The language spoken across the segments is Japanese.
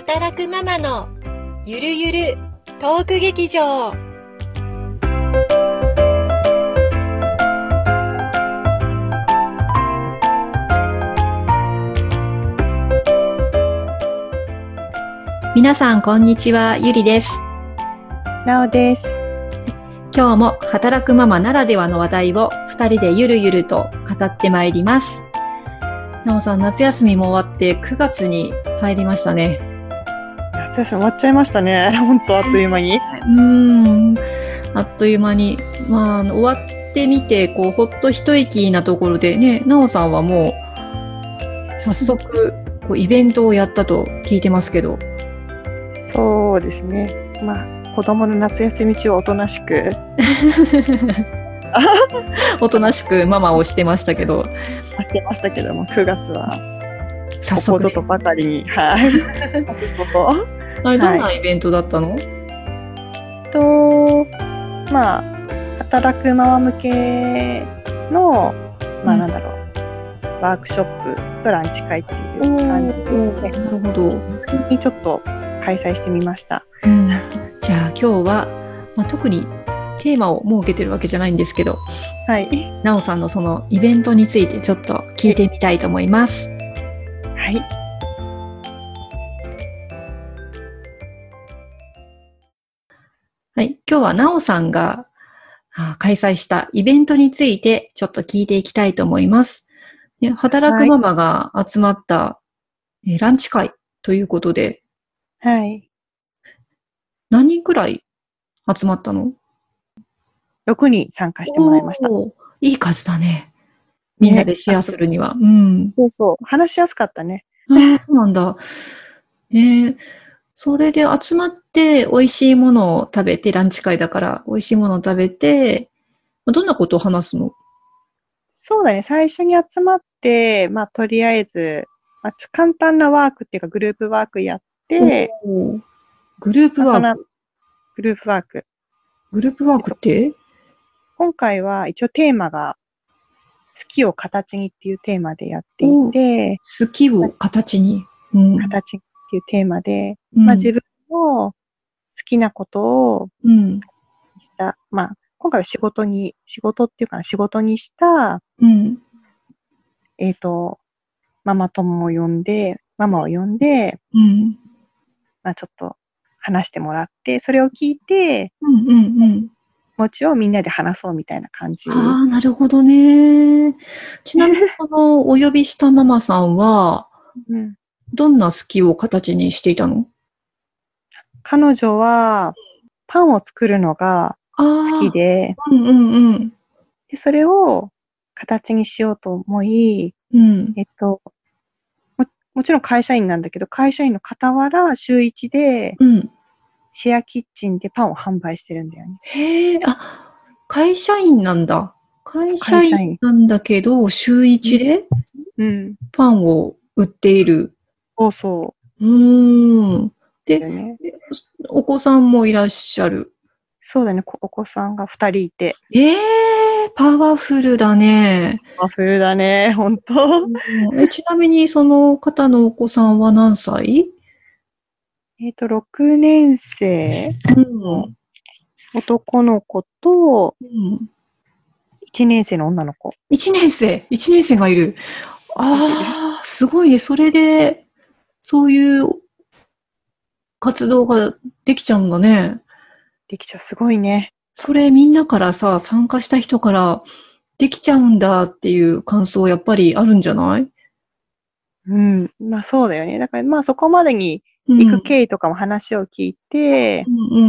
働くママのゆるゆるトーク劇場。皆さんこんにちは、ゆりです。 なおです。 今日も働くママならではの話題を2人でゆるゆると語ってまいります。なおさん、夏休みも終わって9月に入りましたね。 夏休み終わっちゃいましたね。ほんとあっという間に。 あっという間に。終わってみて、ほっと一息なところでね、なおさんはもう、早速、イベントをやったと聞いてますけど。 そうですね。子供の夏休み中はおとなしく。 おとなしくママをしてましたけど。 してましたけども、9月は、 早速、 ここぞとばかりに、あれ、どんなイベントだったの？ 働くママ向けの、ワークショップとランチ会っていう感じで、 なるほど。 にちょっと開催してみました。 じゃあ今日は、特にテーマを設けてるわけじゃないんですけど、 はい。 なおさんのそのイベントについてちょっと聞いてみたいと思います。 はい。 はい。今日はなおさんが開催したイベントについてちょっと聞いていきたいと思います。働くママが集まった、ランチ会ということで、 はい。 何人くらい集まったの ？6人参加してもらいました。 いい数だね。みんなでシェアするには。 そうそう。話しやすかったね。 そうなんだ。それで集まって美味しいものを食べて、ランチ会だから美味しいものを食べて、どんなことを話すの？ そうだね。最初に集まって、とりあえず、簡単なワークっていうかグループワークやって、 グループワーク？ グループワーク。 グループワークって？ 今回は一応テーマが、好きを形にっていうテーマでやっていて、 好きを形に、 形っていうテーマで、自分の好きなことをした、今回は仕事にした、ママ友を呼んで、ちょっと話してもらって、それを聞いて、気持ちをみんなで話そうみたいな感じ。 なるほどね。ちなみにお呼びしたママさんは、どんな好きを形にしていたの？ 彼女はパンを作るのが好きで、でそれを形にしようと思い、もちろん会社員なんだけど、会社員の傍ら週1で、シェアキッチンでパンを販売してるんだよね。 へー、会社員なんだ。会社員なんだけど、週1でパンを売っている。 そう。 で、お子さんもいらっしゃる。 そうだね、お子さんが2人いて。 パワフルだね。 パワフルだね、ほんと。 ちなみにその方のお子さんは何歳 ？6年生。男の子と、1年生の女の子。 1年生がいる。すごいね。それで、そういう活動ができちゃうんだね。 できちゃう、すごいね。 それみんなからさ、参加した人からできちゃうんだっていう感想やっぱりあるんじゃない？ そうだよね。だからそこまでに行く経緯とかも話を聞いて、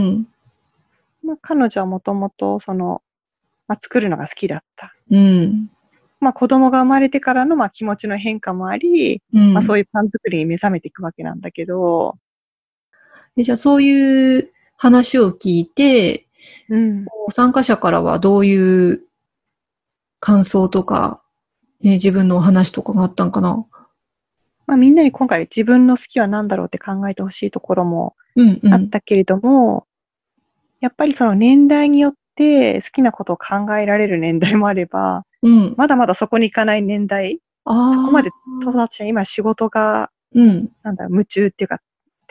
彼女はもともと作るのが好きだった。子供が生まれてからの気持ちの変化もあり、そういうパン作りに目覚めていくわけなんだけど。 じゃあそういう話を聞いて、参加者からはどういう感想とか、自分のお話とかがあったんかな？ みんなに今回自分の好きは何だろうって考えてほしいところもあったけれども、やっぱりその年代によって好きなことを考えられる年代もあれば、まだまだそこに行かない年代、そこまで友達は今仕事が、夢中っていうか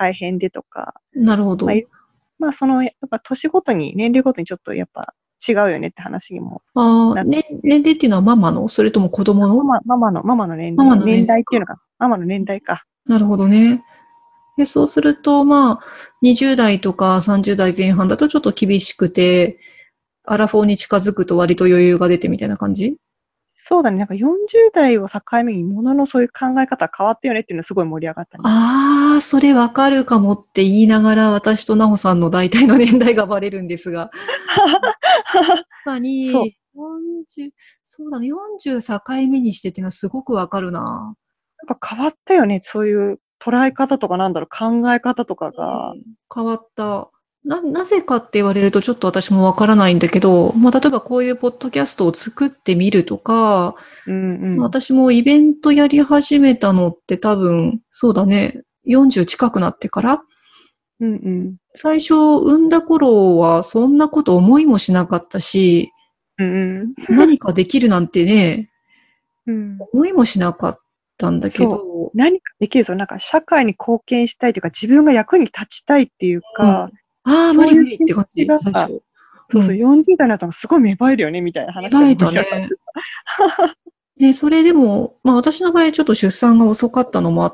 大変でとか。 なるほど。 まあ、やっぱ年ごとに、年齢ごとにちょっとやっぱ違うよねって話にもなって。 年齢っていうのはママのそれとも子供のママの年齢。年代っていうのか。ママの年代か。 なるほどね。そうすると、20代とか30代前半だとちょっと厳しくて、アラフォーに近づくと割と余裕が出てみたいな感じ？ そうだね。なんか40代を境目にもののそういう考え方変わったよねっていうのはすごい盛り上がったね。 ああ、それわかるかもって言いながら私と奈穂さんの大体の年代がバレるんですが。確かに、40、そうだね、40境目にしてっていうのはすごくわかるな。 なんか変わったよね。そういう捉え方とか考え方とかが。 変わった。なぜかって言われるとちょっと私もわからないんだけど、例えばこういうポッドキャストを作ってみるとか、私もイベントやり始めたのって多分、そうだね、40近くなってから、最初産んだ頃はそんなこと思いもしなかったし、何かできるなんてね、思いもしなかったんだけど。 何かできるぞ。なんか社会に貢献したいというか、自分が役に立ちたいっていうか、 無理無理って感じ、最初。 そうそう、40代になったのがすごい芽生えるよね、みたいな話が芽生えたね。それでも、私の場合ちょっと出産が遅かったのもあって、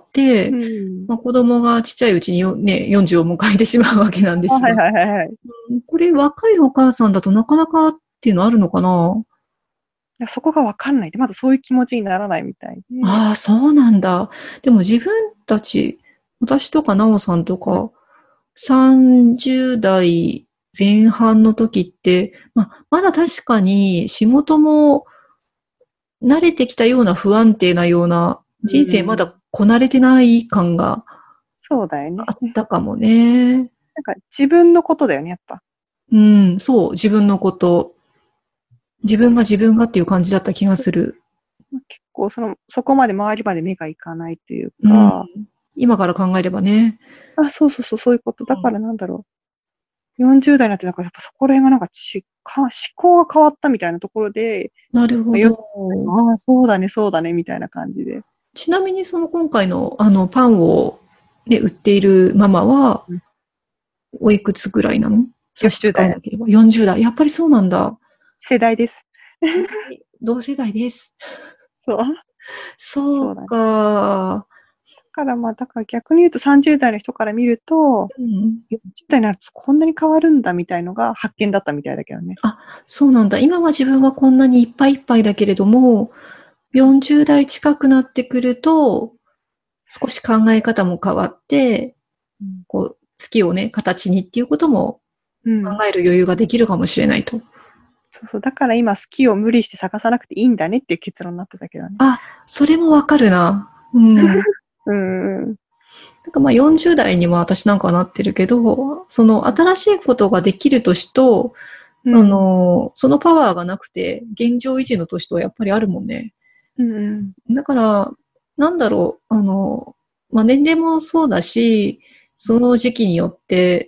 子供がちっちゃいうちに40を迎えてしまうわけなんですが。これ若いお母さんだとなかなかっていうのあるのかな？ そこがわかんないで、まだそういう気持ちにならないみたいで。 ああ、そうなんだ。でも自分たち、私とかなおさんとか、30代前半の時って、まだ確かに仕事も慣れてきたような不安定なような、人生まだこなれてない感がそうだよね。 あったかもね。 なんか自分のことだよね、やっぱ。 そう、自分のこと。自分がっていう感じだった気がする。 結構そこまで周りまで目がいかないというか。 今から考えればね。 そういうこと。だからなんだろう。40代になってなんかやっぱそこら辺がなんか思考が変わったみたいなところで。 なるほど。 そうだね、みたいな感じで。 ちなみに今回のパンを売っているママは、おいくつぐらいなの？40代。40代。やっぱりそうなんだ。 世代です。 同世代です。 そう。 そうか。 だから逆に言うと30代の人から見ると、40代になるとこんなに変わるんだみたいのが発見だったみたいだけどね。 そうなんだ。今は自分はこんなにいっぱいいっぱいだけれども、40代近くなってくると、少し考え方も変わって、月をね、形にっていうことも考える余裕ができるかもしれないと。 そう。だから今、好きを無理して探さなくていいんだねっていう結論になってたけどね。 それもわかるな。なんか40代にも私なんかなってるけど、新しいことができる年と、そのパワーがなくて、現状維持の年とやっぱりあるもんね。だから、なんだろう、年齢もそうだし、その時期によって、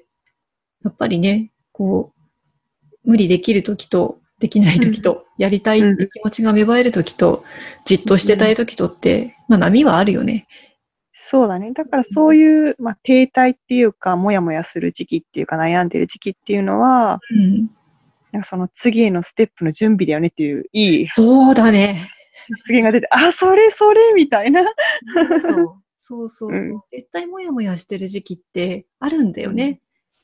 やっぱりね、無理できる時と、できない時と、やりたいって気持ちが芽生える時と、じっとしてたい時とって、波はあるよね。 そうだね。だからそういう、停滞っていうか、もやもやする時期っていうか、悩んでる時期っていうのは、なんかその次へのステップの準備だよねっていう、 そうだね。 次が出て、それみたいな。 そう。絶対もやもやしてる時期ってあるんだよね。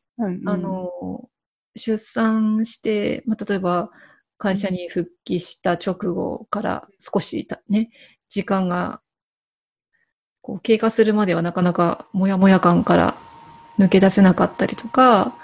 出産して、例えば会社に復帰した直後から少しね、時間が経過するまではなかなかもやもや感から抜け出せなかったりとか、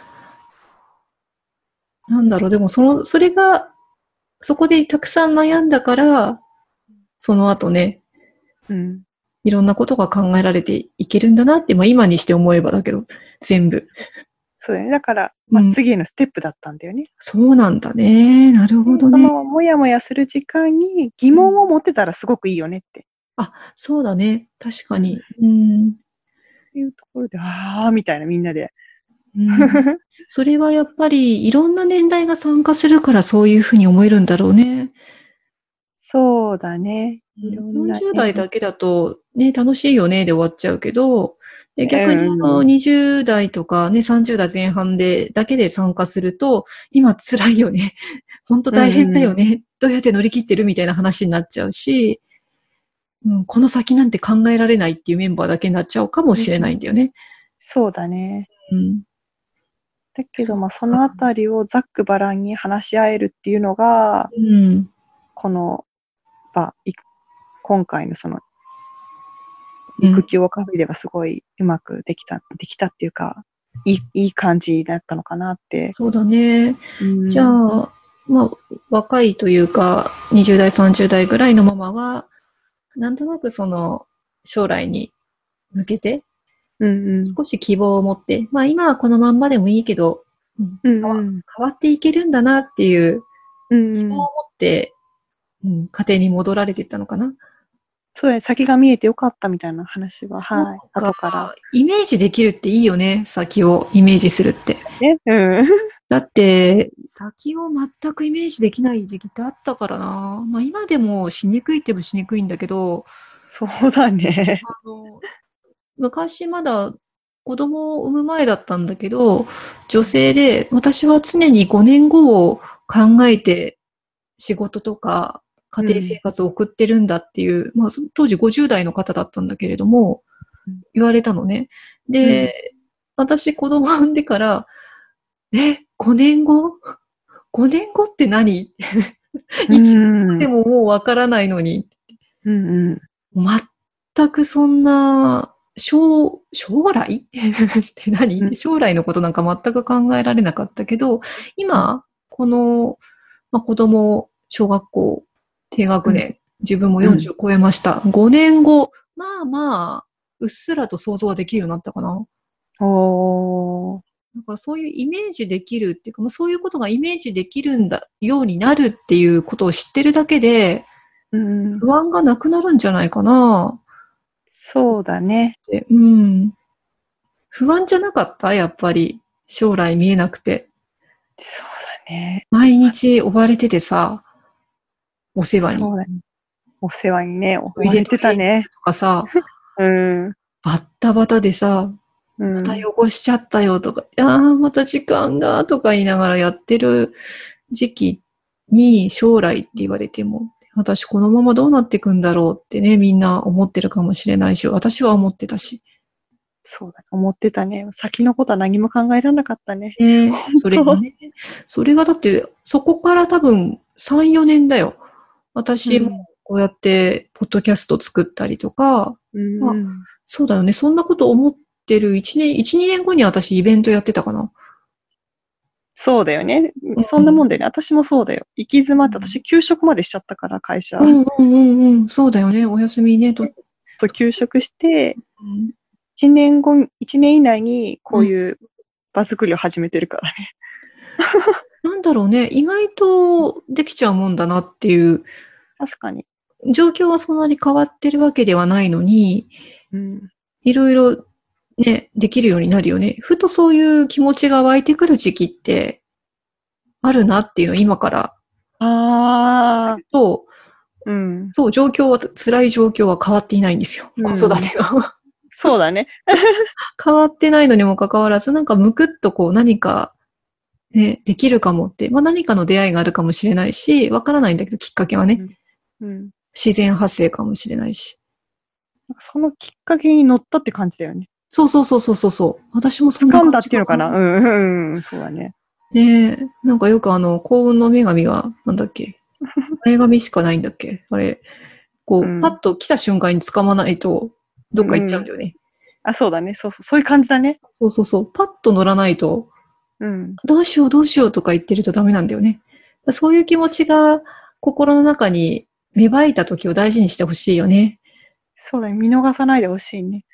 なんだろう、でもそれが、そこでたくさん悩んだから、その後ね、いろんなことが考えられていけるんだなって、今にして思えばだけど、全部。 そうだね。だから、次へのステップだったんだよね。 そうなんだね。なるほどね。 もやもやする時間に疑問を持ってたらすごくいいよねって。 そうだね。確かに。 っていうところで、みたいなみんなで。 それはやっぱりいろんな年代が参加するからそういうふうに思えるんだろうね。 そうだね。 40代だけだとね、楽しいよねで終わっちゃうけど、 で、逆に20代とかね、30代前半だけで参加すると、今辛いよね。本当大変だよね。どうやって乗り切ってるみたいな話になっちゃうし、この先なんて考えられないっていうメンバーだけになっちゃうかもしれないんだよね。 そうだね。だけど、そのあたりをざっくばらんに話し合えるっていうのが、この、今回のその、育休をカフェではすごいうまくできたっていうか、いい感じだったのかなって。 そうだね。じゃあ、若いというか、20代、30代ぐらいのママは、なんとなくその、将来に向けて、少し希望を持って、今はこのまんまでもいいけど、変わっていけるんだなっていう希望を持って、家庭に戻られていったのかな。 そうね、先が見えてよかったみたいな話は、後から。 イメージできるっていいよね、先をイメージするって。だって、先を全くイメージできない時期ってあったからな。今でもしにくいって言えばしにくいんだけど。 そうだね。 昔まだ子供を産む前だったんだけど、女性で、私は常に5年後を考えて仕事とか家庭生活を送ってるんだっていう、当時50代の方だったんだけれども、言われたのね。で、私子供産んでから、5年後 ?5 年後って何いつでももうわからないのに。全くそんな、将来って何、将来のことなんか全く考えられなかったけど、今、この、子供、小学校、低学年、自分も40超えました。5年後、うっすらと想像はできるようになったかな。だからそういうイメージできるっていうか、そういうことがイメージできるようになるっていうことを知ってるだけで、不安がなくなるんじゃないかな。 そうだね。 不安じゃなかったやっぱり。将来見えなくて。 そうだね。 毎日追われててさ、お世話に。 そうだね。お世話にね、追われてたね。 とかさ、バッタバタでさ、また汚しちゃったよとか、また時間がとか言いながらやってる時期に将来って言われても、私このままどうなっていくんだろうってね、みんな思ってるかもしれないし、私は思ってたし。 そうだ、思ってたね。先のことは何も考えられなかったね。 それがだって、そこから多分3、4年だよ。私もこうやってポッドキャスト作ったりとか、そうだよね。そんなこと思ってる1、2年後に私イベントやってたかな。 そうだよね。そんなもんだよね。私もそうだよ。行き詰まって、私休職までしちゃったから、会社。 そうだよね。お休みね。 そう、休職して、1年以内にこういう場作りを始めてるからね。 なんだろうね。意外とできちゃうもんだなっていう。 確かに。 状況はそんなに変わってるわけではないのに、いろいろね、できるようになるよね。ふとそういう気持ちが湧いてくる時期ってあるなっていうのを今から。そう、辛い状況は変わっていないんですよ。子育てが。 そうだね。 変わってないのにもかかわらず、なんかむくっとこう何か、ね、できるかもって、何かの出会いがあるかもしれないし、わからないんだけど、きっかけはね。自然発生かもしれないし。 そのきっかけに乗ったって感じだよね。 そう。私もそんな感じ。 掴んだっていうのかな。そうだね。 なんかよく幸運の女神が、なんだっけ。前髪しかないんだっけあれ。こう、パッと来た瞬間に掴まないと、どっか行っちゃうんだよね。 そうだね。そういう感じだね。 そう。パッと乗らないと、どうしようとか言ってるとダメなんだよね。そういう気持ちが心の中に芽生えた時を大事にしてほしいよね。 そうだね。見逃さないでほしいね。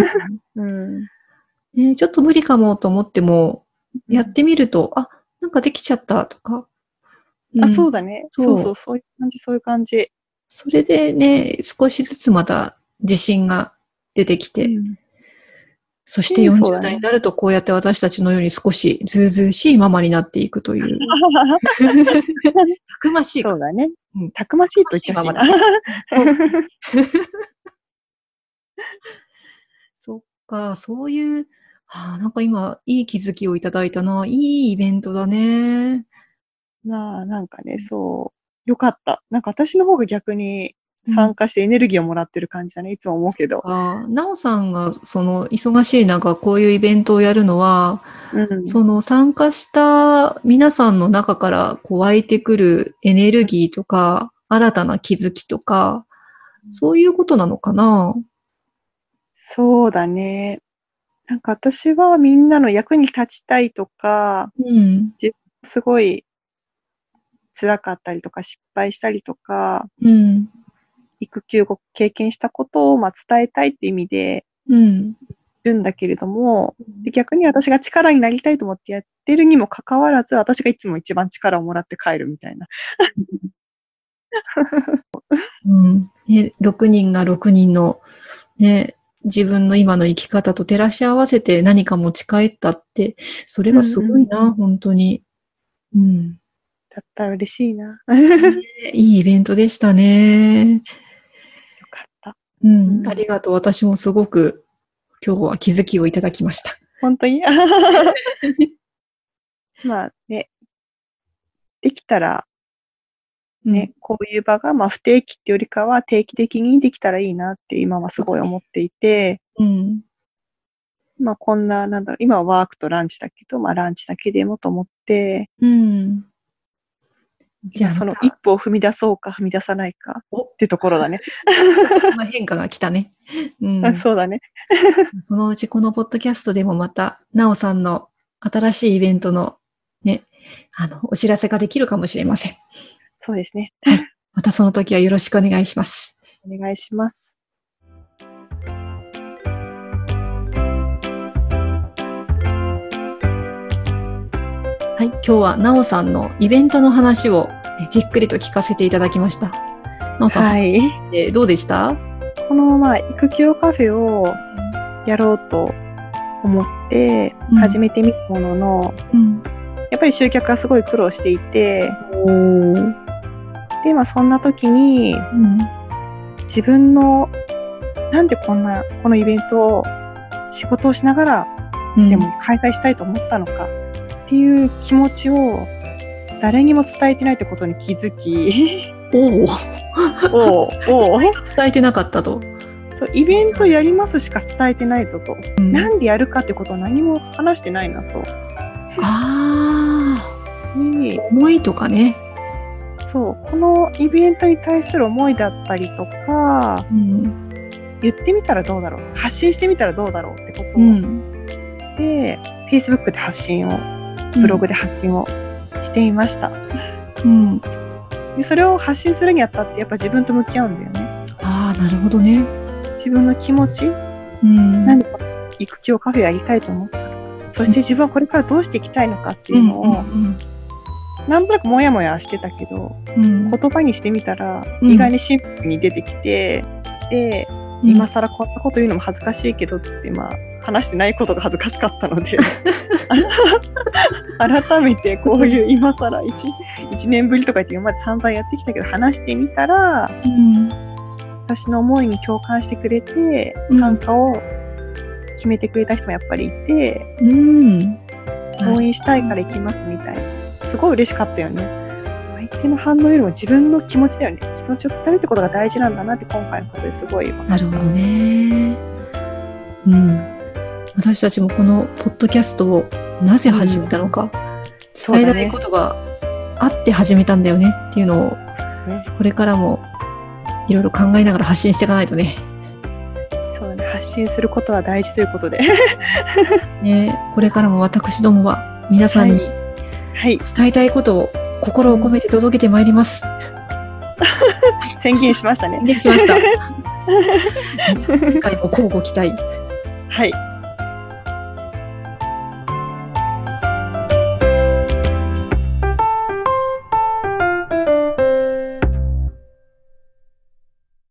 ちょっと無理かもと思っても、やってみると、なんかできちゃったとか。 そうだね。そういう感じ。 それでね、少しずつまた自信が出てきて、そして40代になるとこうやって私たちのように少しずうずうしいママになっていくという。たくましい。 そうだね。たくましいと言ってほしいな。 そっか、そういう、なんか今、いい気づきをいただいたな。いいイベントだね。 なんかね、そう、よかった。なんか私の方が逆に参加してエネルギーをもらってる感じだね。いつも思うけど。 なおさんが、忙しい中、こういうイベントをやるのは、参加した皆さんの中から、湧いてくるエネルギーとか、新たな気づきとか、そういうことなのかな？ そうだね。なんか私はみんなの役に立ちたいとか、すごい辛かったりとか失敗したりとか、育休を経験したことを伝えたいって意味でいるんだけれども、で逆に私が力になりたいと思ってやってるにもかかわらず、私がいつも一番力をもらって帰るみたいな。 6人が6人の、ね、自分の今の生き方と照らし合わせて何か持ち帰ったって、それはすごいな、本当に。 だったら嬉しいな。 いいイベントでしたね。よかった。 ありがとう。私もすごく今日は気づきをいただきました。 本当にまあね、できたら、ね、こういう場が、不定期ってよりかは定期的にできたらいいなって今はすごい思っていて、こんな、今はワークとランチだけど、ランチだけでもと思って、じゃあその一歩を踏み出そうか踏み出さないかってところだね。 そんな変化が来たね。 そうだね。 そのうちこのポッドキャストでもまた、なおさんの新しいイベントのね、お知らせができるかもしれません。 そうですね。 はい。またその時はよろしくお願いします。 お願いします。 はい。今日はなおさんのイベントの話をじっくりと聞かせていただきました。なおさん、はい、どうでした？ この育休カフェをやろうと思って始めてみたものの、やっぱり集客がすごい苦労していて、で、そんな時に、自分の、なんでこのイベントを仕事をしながら、でも開催したいと思ったのかっていう気持ちを誰にも伝えてないってことに気づき、 伝えてなかったと。 そう、イベントやりますしか伝えてないぞと。なんでやるかってことを何も話してないなと。 思いとかね。 そう、このイベントに対する思いだったりとか、言ってみたらどうだろう、発信してみたらどうだろうってことを、で、Facebook で発信を、ブログで発信をしていました。でそれを発信するにあたってやっぱ自分と向き合うんだよね。 なるほどね。 自分の気持ち、何か育休カフェやりたいと思ったのか、そして自分はこれからどうしていきたいのかっていうのを、なんとなくモヤモヤしてたけど、言葉にしてみたら意外にシンプルに出てきて、で、今更こんなこと言うのも恥ずかしいけどって話してないことが恥ずかしかったので改めてこういう今更 1年ぶりとか言って今まで散々やってきたけど話してみたら、私の思いに共感してくれて参加を決めてくれた人もやっぱりいて、応援したいから行きますみたいな、すごい嬉しかったよね。相手の反応よりも自分の気持ちだよね。気持ちを伝えるってことが大事なんだなって今回のことですごい分かった。 なるほどね。私たちもこのポッドキャストをなぜ始めたのか、伝えたいことがあって始めたんだよねっていうのを、これからもいろいろ考えながら発信していかないとね。 そうだね。発信することは大事ということでね、これからも私どもは皆さんに伝えたいことを心を込めて届けてまいります。 宣言しましたね。 宣言しました。次回も乞うご期待。 はい。